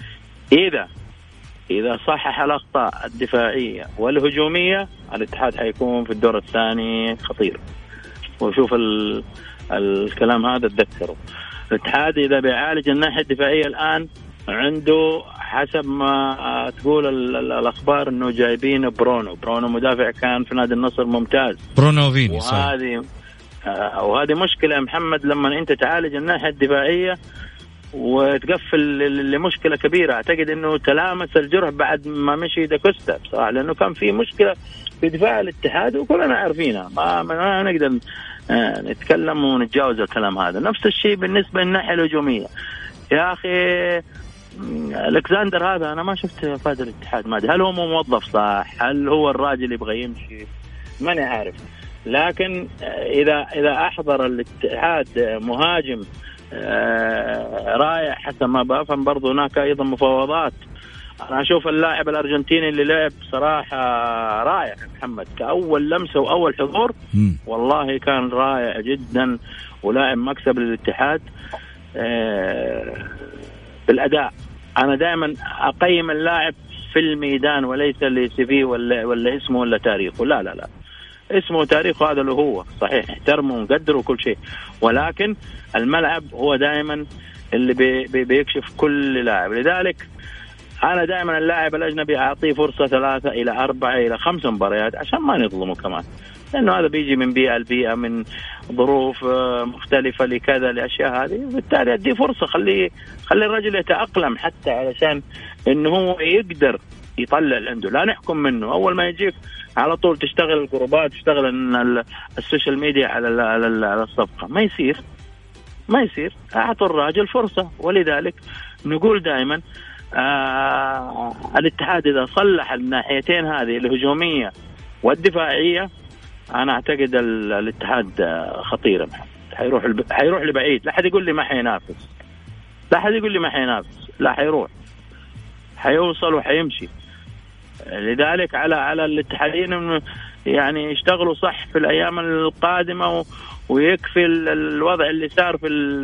Speaker 5: إذا صحح الأخطاء الدفاعية والهجومية الاتحاد حيكون في الدور الثاني خطير. وشوف الكلام هذا تذكره، الاتحاد إذا بيعالج الناحية الدفاعية الآن عنده حسب ما تقول الأخبار أنه جايبين برونو مدافع كان في نادي النصر ممتاز،
Speaker 4: برونو فيني.
Speaker 5: وهذه مشكلة محمد، لما أنت تعالج الناحية الدفاعية وتقفل لمشكلة كبيرة. أعتقد أنه تلامس الجرح بعد ما مشي داكوستا بصراحة، لأنه كان في مشكلة في دفاع الاتحاد وكلنا عارفيننا، ما نقدر نتكلم ونتجاوز الكلام هذا. نفس الشيء بالنسبة للناحية الهجومية. يا أخي الكسندر هذا أنا ما شفت فاد الاتحاد، ما أدري هل هو موظف صح، هل هو الراجل يبغى يمشي، ماني عارف. لكن إذا أحضر الاتحاد مهاجم رائع حسب ما بفهم، برضو هناك أيضا مفاوضات. أنا أشوف اللاعب الأرجنتيني اللي لعب صراحة رائع محمد، كأول لمسة وأول حضور والله كان رائع جدا، ولاعب مكسب للاتحاد بالأداء. أنا دائما أقيم اللاعب في الميدان وليس لسي ولا اسمه ولا تاريخه، لا اسمه وتاريخه هذا اللي هو صحيح، احترمه ونقدره وكل شيء، ولكن الملعب هو دائما اللي بيكشف كل لاعب. لذلك أنا دائما اللاعب الأجنبي أعطيه فرصة 3 إلى 4 إلى 5 مباريات عشان ما نظلمه كمان، لأنه هذا بيجي من بيئة البيئة، من ظروف مختلفة لكذا لأشياء هذه، بالتالي أديه فرصة، خلي الرجل يتأقلم حتى علشان إنه هو يقدر يطلع عنده. لا نحكم منه أول ما يجيك على طول تشتغل الجروبات، تشتغل السوشيال ميديا على الصفقة، ما يصير. أعطوا الراجل فرصة. ولذلك نقول دائما الاتحاد إذا صلح الناحيتين هذه الهجومية والدفاعية، أنا أعتقد الاتحاد خطير، حيروح لبعيد. لا حد يقول لي ما حينافس، لا حيروح، حيوصل وحيمشي. لذلك على الاتحادين يعني يشتغلوا صح في الأيام القادمة، ويكفي الوضع اللي صار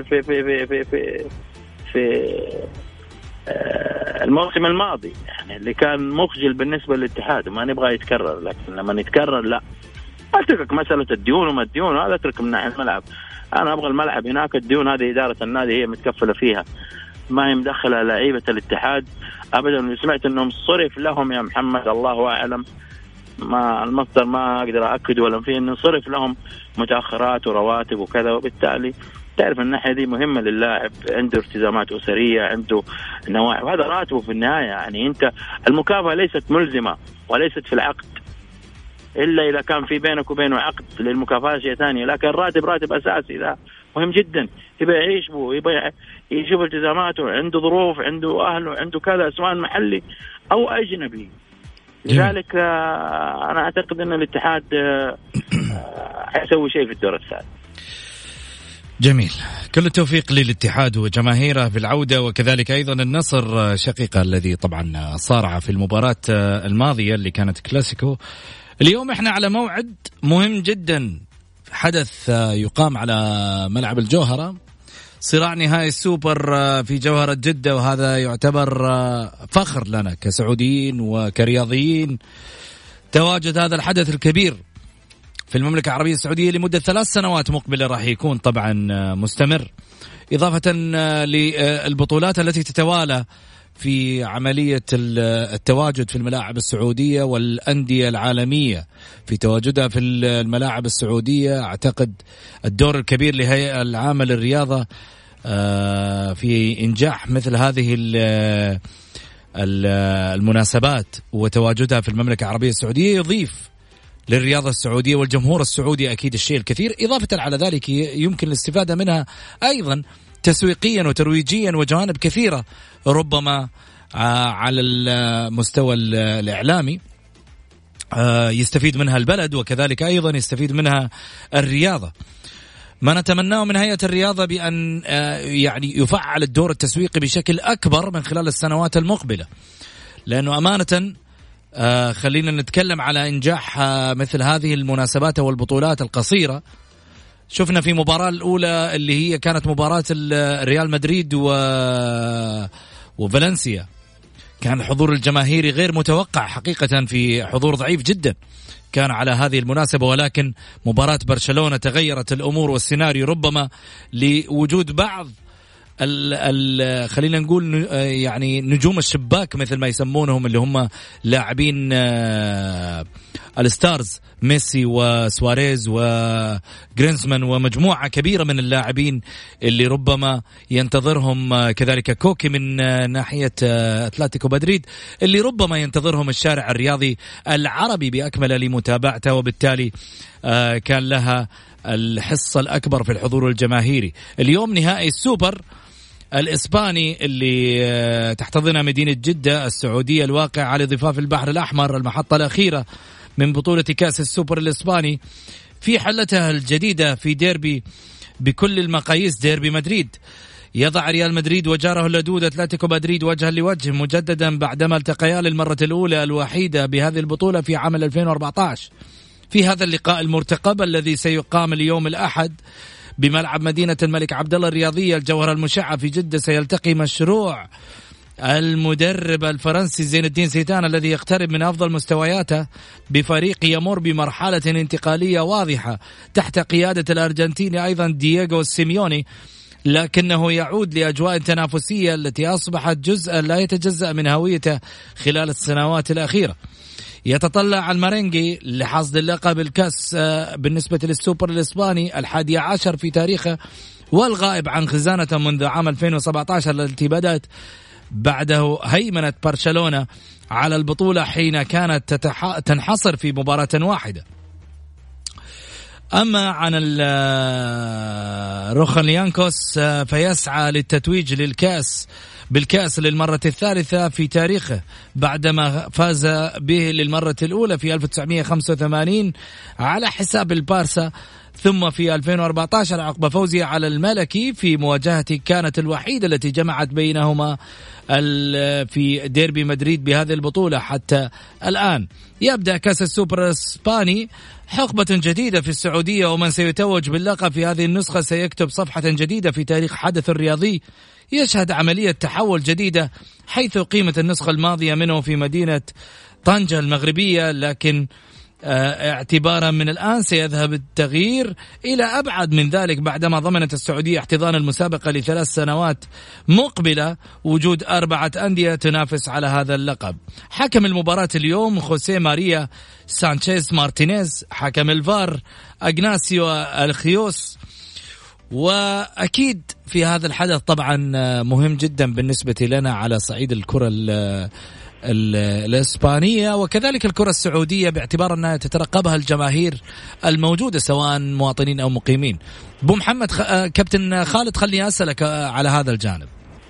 Speaker 5: في الموسم الماضي، يعني اللي كان مخجل بالنسبة للاتحاد وما نبغى يتكرر. لكن لما نتكرر لا أترك مسألة الديون وما الديون، هذا أترك من ناحية الملعب. أنا أبغى الملعب هناك، الديون هذه إدارة النادي هي متكفلة فيها، ما هي مدخلة لعيبة الاتحاد أبدا. سمعت أنهم صرف لهم يا محمد، الله أعلم، ما المصدر ما أقدر أكد ولا فيه، أنه صرف لهم متأخرات ورواتب وكذا، وبالتالي تعرف الناحية دي مهمة للاعب، عنده التزامات أسرية، عنده نواحي، وهذا راتبه في النهاية. يعني أنت المكافأة ليست ملزمة وليست في العقد، إلا إذا كان في بينك وبينه عقد للمكافأة شيء ثاني، لكن راتب أساسي ذا مهم جدا. يبقى يعيش بو، يبقى يشوف التزاماته، عنده ظروف، عنده أهله، عنده كذا، سواء محلي أو أجنبي. لذلك أنا أعتقد أن الاتحاد حيسوي شيء في الدور الثالث.
Speaker 4: جميل، كل التوفيق للاتحاد وجماهيره بالعودة، وكذلك أيضا النصر شقيقة الذي طبعا صارع في المباراة الماضية اللي كانت كلاسيكو. اليوم احنا على موعد مهم جدا، حدث يقام على ملعب الجوهرة، صراع نهائي السوبر في جوهرة جدة، وهذا يعتبر فخر لنا كسعوديين وكرياضيين تواجد هذا الحدث الكبير في المملكة العربية السعودية لمدة 3 سنوات مقبلة، راح يكون طبعا مستمر، إضافة للبطولات التي تتوالى في عملية التواجد في الملاعب السعودية والأندية العالمية في تواجدها في الملاعب السعودية. أعتقد الدور الكبير لهيئة العامة للرياضة في إنجاح مثل هذه المناسبات وتواجدها في المملكة العربية السعودية يضيف للرياضة السعودية والجمهور السعودي أكيد الشيء الكثير. إضافة على ذلك يمكن الاستفادة منها أيضا تسويقيا وترويجيا وجوانب كثيرة ربما على المستوى الإعلامي يستفيد منها البلد، وكذلك أيضا يستفيد منها الرياضة. ما نتمناه من هيئة الرياضة بأن يعني يفعل الدور التسويقي بشكل أكبر من خلال السنوات المقبلة، لأنه أمانة خلينا نتكلم على إنجاح مثل هذه المناسبات والبطولات القصيرة. شفنا في مباراة الأولى اللي هي كانت مباراة ريال مدريد وفالنسيا، كان الحضور الجماهيري غير متوقع حقيقة، في حضور ضعيف جدا كان على هذه المناسبة، ولكن مباراة برشلونة تغيرت الأمور والسيناريو ربما لوجود بعض خلينا نقول يعني نجوم الشباك مثل ما يسمونهم، اللي هم لاعبين الستارز ميسي وسواريز وجرينزمان ومجموعة كبيرة من اللاعبين اللي ربما ينتظرهم، كذلك كوكي من ناحية أتلتيكو مدريد اللي ربما ينتظرهم الشارع الرياضي العربي بأكمله لمتابعته، وبالتالي كان لها الحصة الأكبر في الحضور الجماهيري. اليوم نهائي السوبر الإسباني اللي تحتضنها مدينة جدة السعودية الواقع على ضفاف البحر الأحمر، المحطة الأخيرة من بطولة كأس السوبر الإسباني في حلتها الجديدة في ديربي بكل المقاييس، ديربي مدريد. يضع ريال مدريد وجاره اللدود أتلتيكو مدريد وجها لوجه مجددا بعدما التقيا للمرة الأولى الوحيدة بهذه البطولة في عام 2014. في هذا اللقاء المرتقب الذي سيقام اليوم الأحد بملعب مدينة الملك عبدالله الرياضية الجوهرة المشعة في جدة، سيلتقي مشروع المدرب الفرنسي زين الدين زيدان الذي يقترب من أفضل مستوياته بفريق يمر بمرحلة انتقالية واضحة تحت قيادة الأرجنتيني أيضا دييغو سيميوني، لكنه يعود لأجواء تنافسية التي أصبحت جزءا لا يتجزأ من هويته خلال السنوات الأخيرة. يتطلع المارينجي لحصد اللقب الكاس بالنسبة للسوبر الإسباني 11 في تاريخه، والغائب عن خزانة منذ عام 2017 التي بدأت بعده هيمنة برشلونة على البطولة حين كانت تنحصر في مباراة واحدة. أما عن روخانيانكوس فيسعى للتتويج بالكأس للمرة الثالثة في تاريخه بعدما فاز به للمرة الأولى في 1985 على حساب البارسا، ثم في 2014 عقب فوزه على الملكي في مواجهة كانت الوحيدة التي جمعت بينهما في ديربي مدريد بهذه البطولة. حتى الآن يبدأ كأس السوبر الإسباني حقبة جديدة في السعودية، ومن سيتوج باللقب في هذه النسخة سيكتب صفحة جديدة في تاريخ حدث الرياضي يشهد عملية تحول جديدة، حيث قيمة النسخة الماضية منه في مدينة طنجة المغربية، لكن اعتبارا من الآن سيذهب التغيير إلى أبعد من ذلك بعدما ضمنت السعودية احتضان المسابقة ل3 سنوات مقبلة، وجود 4 أندية تنافس على هذا اللقب. حكم المباراة اليوم خوسيه ماريا سانشيز مارتينيز، حكم الفار أغناسيو الخيوس. وأكيد في هذا الحدث طبعا مهم جدا بالنسبة لنا على صعيد الكرة الإسبانية وكذلك الكرة السعودية، باعتبار أنها تترقبها الجماهير الموجودة سواء مواطنين أو مقيمين. أبو محمد كابتن خالد، خليني أسألك على هذا الجانب.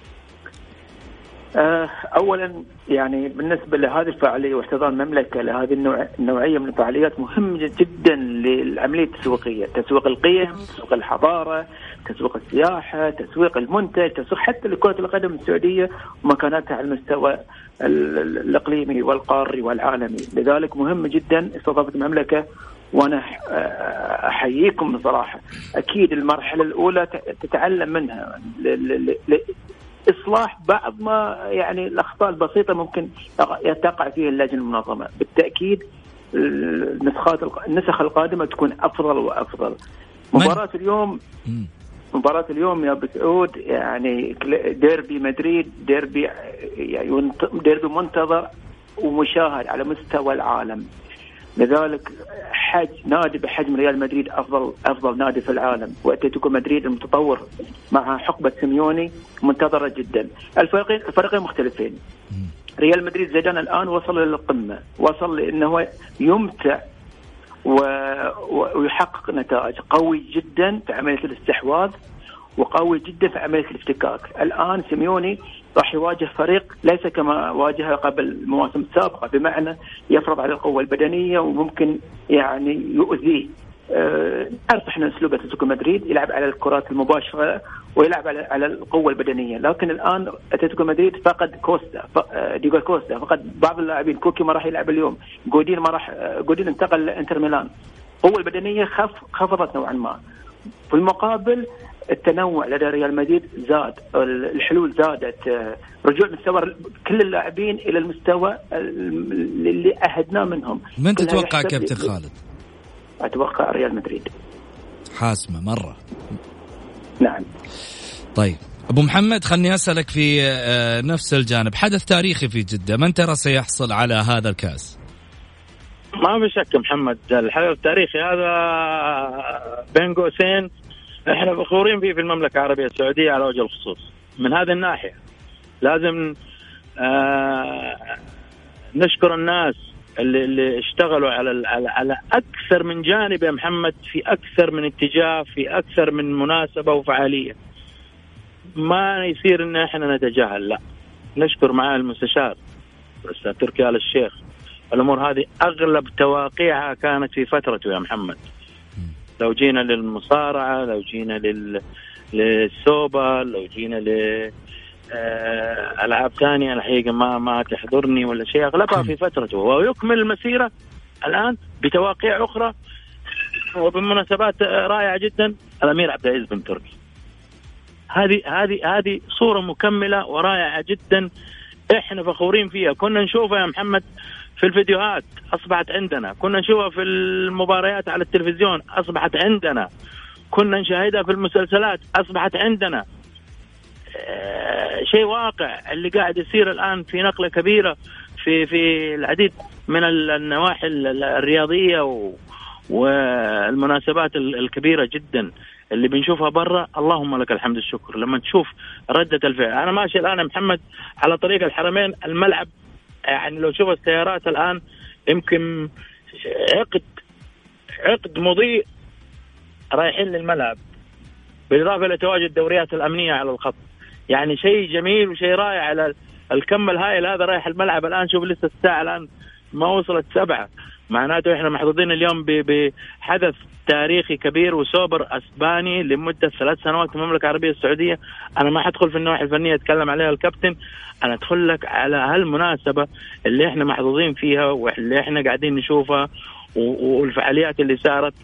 Speaker 6: أولا يعني بالنسبة لهذه الفعالية واحتضان المملكة لهذه النوعية من الفعاليات مهم جدا للعملية التسويقية، تسويق القيم، تسويق الحضارة، تسويق السياحة، تسويق المنتج، تسويق حتى لكرة القدم السعودية ومكانتها على المستوى الإقليمي والقاري والعالمي. لذلك مهم جدا استضافة المملكة، وأنا أحييكم بصراحة. أكيد المرحلة الأولى تتعلم منها إصلاح بعض ما يعني الأخطاء البسيطة ممكن تقع فيها اللجنة المنظمة. بالتأكيد النسخ القادمة تكون أفضل وأفضل. مباراة اليوم يا أبو سعود يعني ديربي مدريد، ديربي منتظر ومشاهد على مستوى العالم. لذلك نادي بحجم ريال مدريد أفضل نادي في العالم، وأتلتيكو مدريد المتطور مع حقبة سيميوني منتظرة جدا. الفريقين مختلفين. ريال مدريد زيدان الآن وصل للقمة، وصل لأنه يمتع ويحقق نتائج قوي جدا في عملية الاستحواذ وقوي جدا في عملية الافتكاك. الآن سيميوني راح يواجه فريق ليس كما واجهه قبل المواسم السابقة، بمعنى يفرض على القوة البدنية وممكن يعني يؤذيه. نعرف احنا اسلوب اتلتيكو مدريد يلعب على الكرات المباشرة ويلعب على القوة البدنية، لكن الآن اتلتيكو مدريد فقد ديغو كوستا، فقد بعض اللاعبين. كوكي ما راح يلعب اليوم، جودين انتقل لإنتر ميلان. القوة البدنية خفضت نوعا ما. في المقابل التنوع لدى ريال مدريد زاد، الحلول زادت، رجوع مستوى كل اللاعبين إلى المستوى اللي أهدناه منهم.
Speaker 4: من تتوقع كابتن خالد؟
Speaker 6: أتوقع ريال مدريد
Speaker 4: حاسمة مرة.
Speaker 6: نعم.
Speaker 4: طيب أبو محمد، خلني أسألك في نفس الجانب. حدث تاريخي في جدة، من ترى سيحصل على هذا الكأس؟
Speaker 5: ما في شك محمد، الحدث التاريخي هذا بين قوسين احنا فخورين فيه في المملكة العربية السعودية على وجه الخصوص. من هذه الناحية لازم نشكر الناس اللي اشتغلوا على أكثر من جانب يا محمد، في أكثر من اتجاه، في أكثر من مناسبة وفعالية. ما يصير إن احنا نتجاهل، لا، نشكر معاه المستشار الأستاذ تركي آل الشيخ. الأمور هذه أغلب تواقيعها كانت في فترته يا محمد. لو جينا للمصارعة، لو جينا للسوبر، لو جينا ألعاب ثانية الحقيقة ما تحضرني ولا شيء، أغلبها في فترته، ويكمل المسيرة الآن بتواقيع أخرى وبمناسبات رائعة جدا. الأمير عبد العزيز بن تركي، هذه صورة مكملة ورائعة جدا، إحنا فخورين فيها. كنا نشوفها يا محمد في الفيديوهات، أصبحت عندنا. كنا نشوفها في المباريات على التلفزيون، أصبحت عندنا. كنا نشاهدها في المسلسلات، أصبحت عندنا. شيء واقع اللي قاعد يصير الآن في نقلة كبيرة في العديد من النواحي الرياضية والمناسبات الكبيرة جدا اللي بنشوفها برا. اللهم لك الحمد الشكر. لما تشوف ردة الفعل، أنا ماشي الآن يا محمد على طريق الحرمين، الملعب يعني لو شوف السيارات الآن يمكن عقد مضيء رايحين للملعب، بالإضافة إلى تواجد الدوريات الأمنية على الخط. يعني شيء جميل وشيء رائع على الكم الهائل هذا رايح الملعب الآن. شوف لسه الساعة الآن ما وصلت 7، معناته إحنا محظوظين اليوم بحدث تاريخي كبير وسوبر أسباني لمدة 3 سنوات في المملكة العربية السعودية. أنا ما حدخل في النواحي الفنية أتكلم عليها الكابتن، أنا أدخل لك على هالمناسبة اللي إحنا محظوظين فيها واللي إحنا قاعدين نشوفها والفعاليات اللي صارت.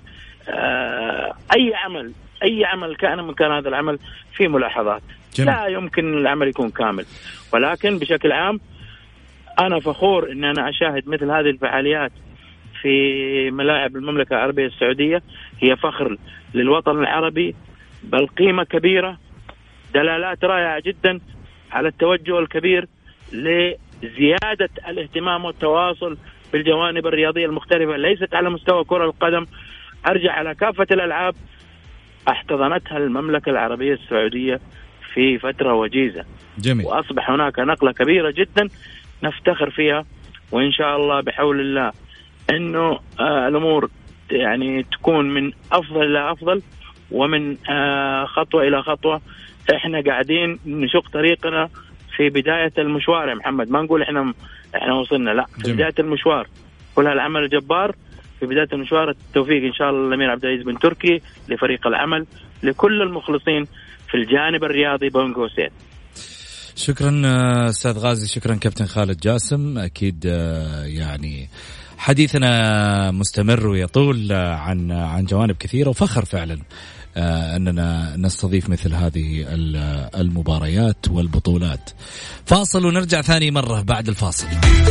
Speaker 5: أي عمل كان من كان هذا العمل في ملاحظات. جميل. لا يمكن العمل يكون كامل، ولكن بشكل عام أنا فخور إن أنا أشاهد مثل هذه الفعاليات في ملاعب المملكة العربية السعودية. هي فخر للوطن العربي، بل قيمة كبيرة، دلالات رائعة جدا على التوجه الكبير لزيادة الاهتمام والتواصل بالجوانب الرياضية المختلفة، ليست على مستوى كرة القدم، أرجع على كافة الألعاب احتضنتها المملكة العربية السعودية في فترة وجيزة.
Speaker 4: جميل.
Speaker 5: وأصبح هناك نقلة كبيرة جدا نفتخر فيها، وإن شاء الله بحول الله إنه الأمور يعني تكون من أفضل إلى أفضل، ومن خطوة إلى خطوة. إحنا قاعدين نشق طريقنا في بداية المشوار يا محمد، ما نقول إحنا وصلنا، لا، في بداية المشوار. كل هالعمل الجبار في بداية المشوار. التوفيق إن شاء الله للأمير عبد العزيز بن تركي، لفريق العمل، لكل المخلصين في الجانب الرياضي بين قوسين.
Speaker 4: شكرا أستاذ غازي، شكرا كابتن خالد جاسم. أكيد يعني حديثنا مستمر ويطول عن جوانب كثيرة، وفخر فعلا أننا نستضيف مثل هذه المباريات والبطولات. فاصل ونرجع ثاني مرة بعد الفاصل.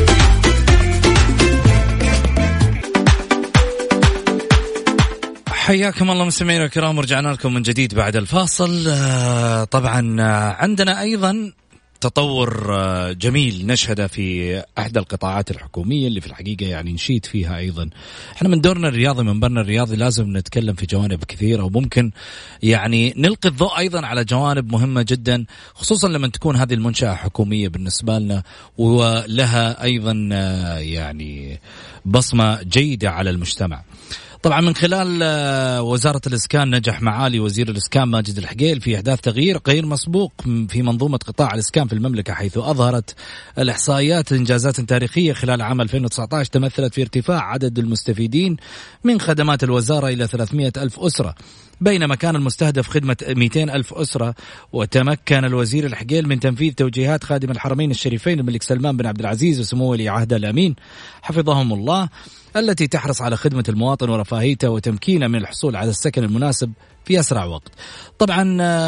Speaker 4: حياكم الله مستمعينا الكرام، ورجعنا لكم من جديد بعد الفاصل. طبعا عندنا أيضا تطور جميل نشهده في أحدى القطاعات الحكومية اللي في الحقيقة يعني نشيد فيها أيضا. احنا من دورنا الرياضي، من برنا الرياضي، لازم نتكلم في جوانب كثيرة، وممكن يعني نلقي الضوء أيضا على جوانب مهمة جدا، خصوصا لما تكون هذه المنشأة حكومية بالنسبة لنا ولها أيضا يعني بصمة جيدة على المجتمع. طبعا من خلال وزارة الإسكان نجح معالي وزير الإسكان ماجد الحقيل في إحداث تغيير غير مسبوق في منظومة قطاع الإسكان في المملكة، حيث أظهرت الإحصائيات إنجازات تاريخية خلال عام 2019 تمثلت في ارتفاع عدد المستفيدين من خدمات الوزارة إلى 300,000 أسرة، بينما كان المستهدف خدمة 200,000 أسرة. وتمكن الوزير الحقيل من تنفيذ توجيهات خادم الحرمين الشريفين الملك سلمان بن عبد العزيز وسمو ولي عهده الأمين حفظهم الله، التي تحرص على خدمة المواطن ورفاهيته وتمكينه من الحصول على السكن المناسب في أسرع وقت. طبعا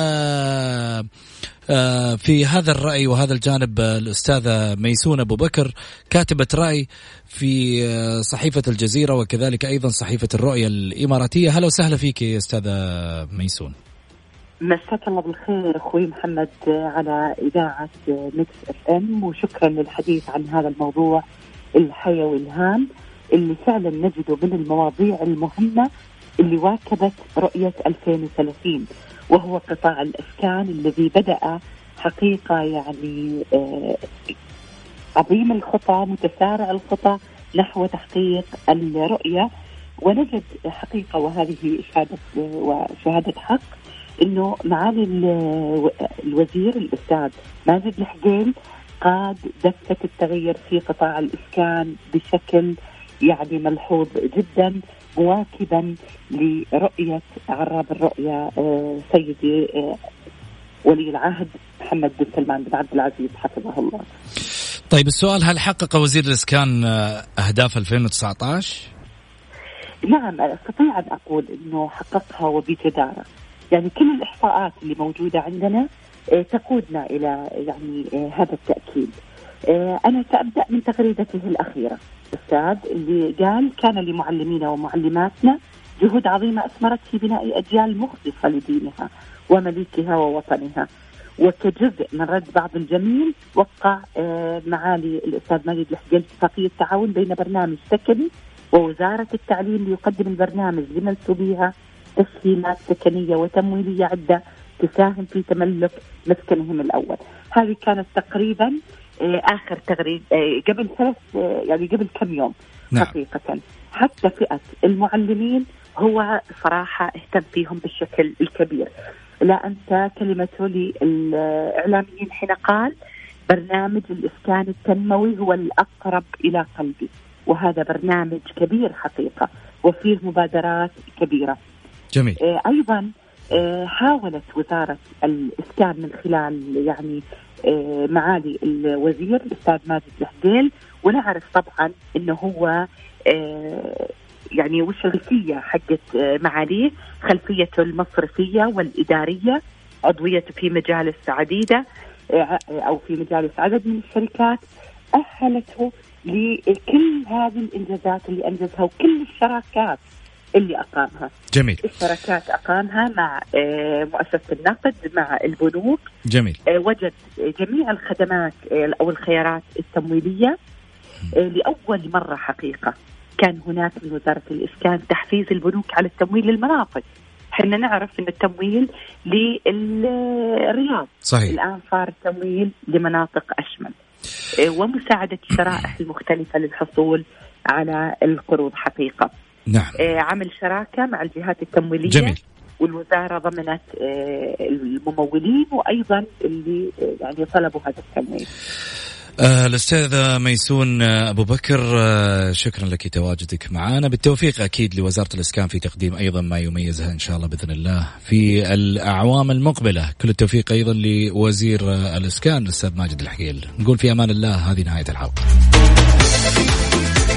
Speaker 4: في هذا الرأي وهذا الجانب الأستاذة ميسون أبو بكر كاتبة رأي في صحيفة الجزيرة وكذلك أيضا صحيفة الرؤية الإماراتية. هلا وسهلا فيك يا أستاذة ميسون.
Speaker 7: مساك الله بالخير أخوي محمد على إذاعة ميكس FM، وشكرا للحديث عن هذا الموضوع الحيوي الهام. اللي فعلا نجده من المواضيع المهمة اللي واكبت رؤية 2030، وهو قطاع الإسكان الذي بدأ حقيقة يعني عظيم الخطى، متسارع الخطى نحو تحقيق الرؤية. ونجد حقيقة، وهذه شهادة حق، إنه معالي الوزير الأستاذ ماجد الحقيل قاد دفة التغيير في قطاع الإسكان بشكل يعني ملحوظ جدا، مواكبا لرؤية عراب الرؤية سيدي ولي العهد محمد بن سلمان بن عبد العزيز حفظه الله.
Speaker 4: طيب السؤال، هل حقق وزير الإسكان أهداف 2019؟
Speaker 7: نعم، أستطيع أن أقول أنه حققها وبجدارة. يعني كل الإحصاءات اللي موجودة عندنا تقودنا إلى يعني هذا التأكيد. أنا سأبدأ من تغريدته الأخيرة الأستاذ اللي قال: كان لمعلمينا ومعلماتنا جهود عظيمة أثمرت في بناء أجيال مخلصة لدينها ومليكها ووطنها، وكجزء من رد بعض الجميل وقع معالي الأستاذ ماجد الحقيل اتفاقية تعاون بين برنامج سكني ووزارة التعليم ليقدم البرنامج لمنسوبيها تسهيلات سكنية وتمويلية عدة تساهم في تملك مسكنهم الأول. هذه كانت تقريبا آخر تغريد قبل قبل كم يوم. نعم. حقيقة حتى فئة المعلمين هو صراحة اهتم فيهم بالشكل الكبير. لا أنسى كلمته للإعلاميين حين قال: برنامج الإسكان التنموي هو الأقرب إلى قلبي، وهذا برنامج كبير حقيقة وفيه مبادرات كبيرة.
Speaker 4: جميل.
Speaker 7: أيضا حاولت وزارة الإسكان من خلال يعني معالي الوزير الأستاذ ماجد الحقيل، ونعرف طبعا أنه هو يعني وش الخلفية حقت معاليه، خلفيته المصرفية والإدارية، عضويته في مجالس عديدة أو في مجالس عدد من الشركات أهلته لكل هذه الإنجازات اللي أنجزها وكل الشراكات اللي أقامها.
Speaker 4: جميل.
Speaker 7: الشراكات أقامها مع مؤسسة النقد، مع البنوك.
Speaker 4: جميل.
Speaker 7: وجد جميع الخدمات أو الخيارات التمويلية. لأول مرة حقيقة كان هناك من وزارة الإسكان تحفيز البنوك على التمويل للمناطق. حنا نعرف أن التمويل للرياض
Speaker 4: صحيح.
Speaker 7: الآن صار تمويل لمناطق أشمل، ومساعدة الشرائح المختلفة للحصول على القروض حقيقة.
Speaker 4: نعم.
Speaker 7: عمل شراكة مع الجهات التمويلية.
Speaker 4: جميل.
Speaker 7: والوزارة ضمنت الممولين وأيضا اللي يعني طلبوا هذا التمويل.
Speaker 4: الأستاذة ميسون أبو بكر، شكرا لك تواجدك معنا. بالتوفيق أكيد لوزارة الإسكان في تقديم أيضا ما يميزها إن شاء الله بإذن الله في الأعوام المقبلة. كل التوفيق أيضا لوزير الإسكان الأستاذ ماجد الحقيل. نقول في أمان الله. هذه نهاية الحلقة.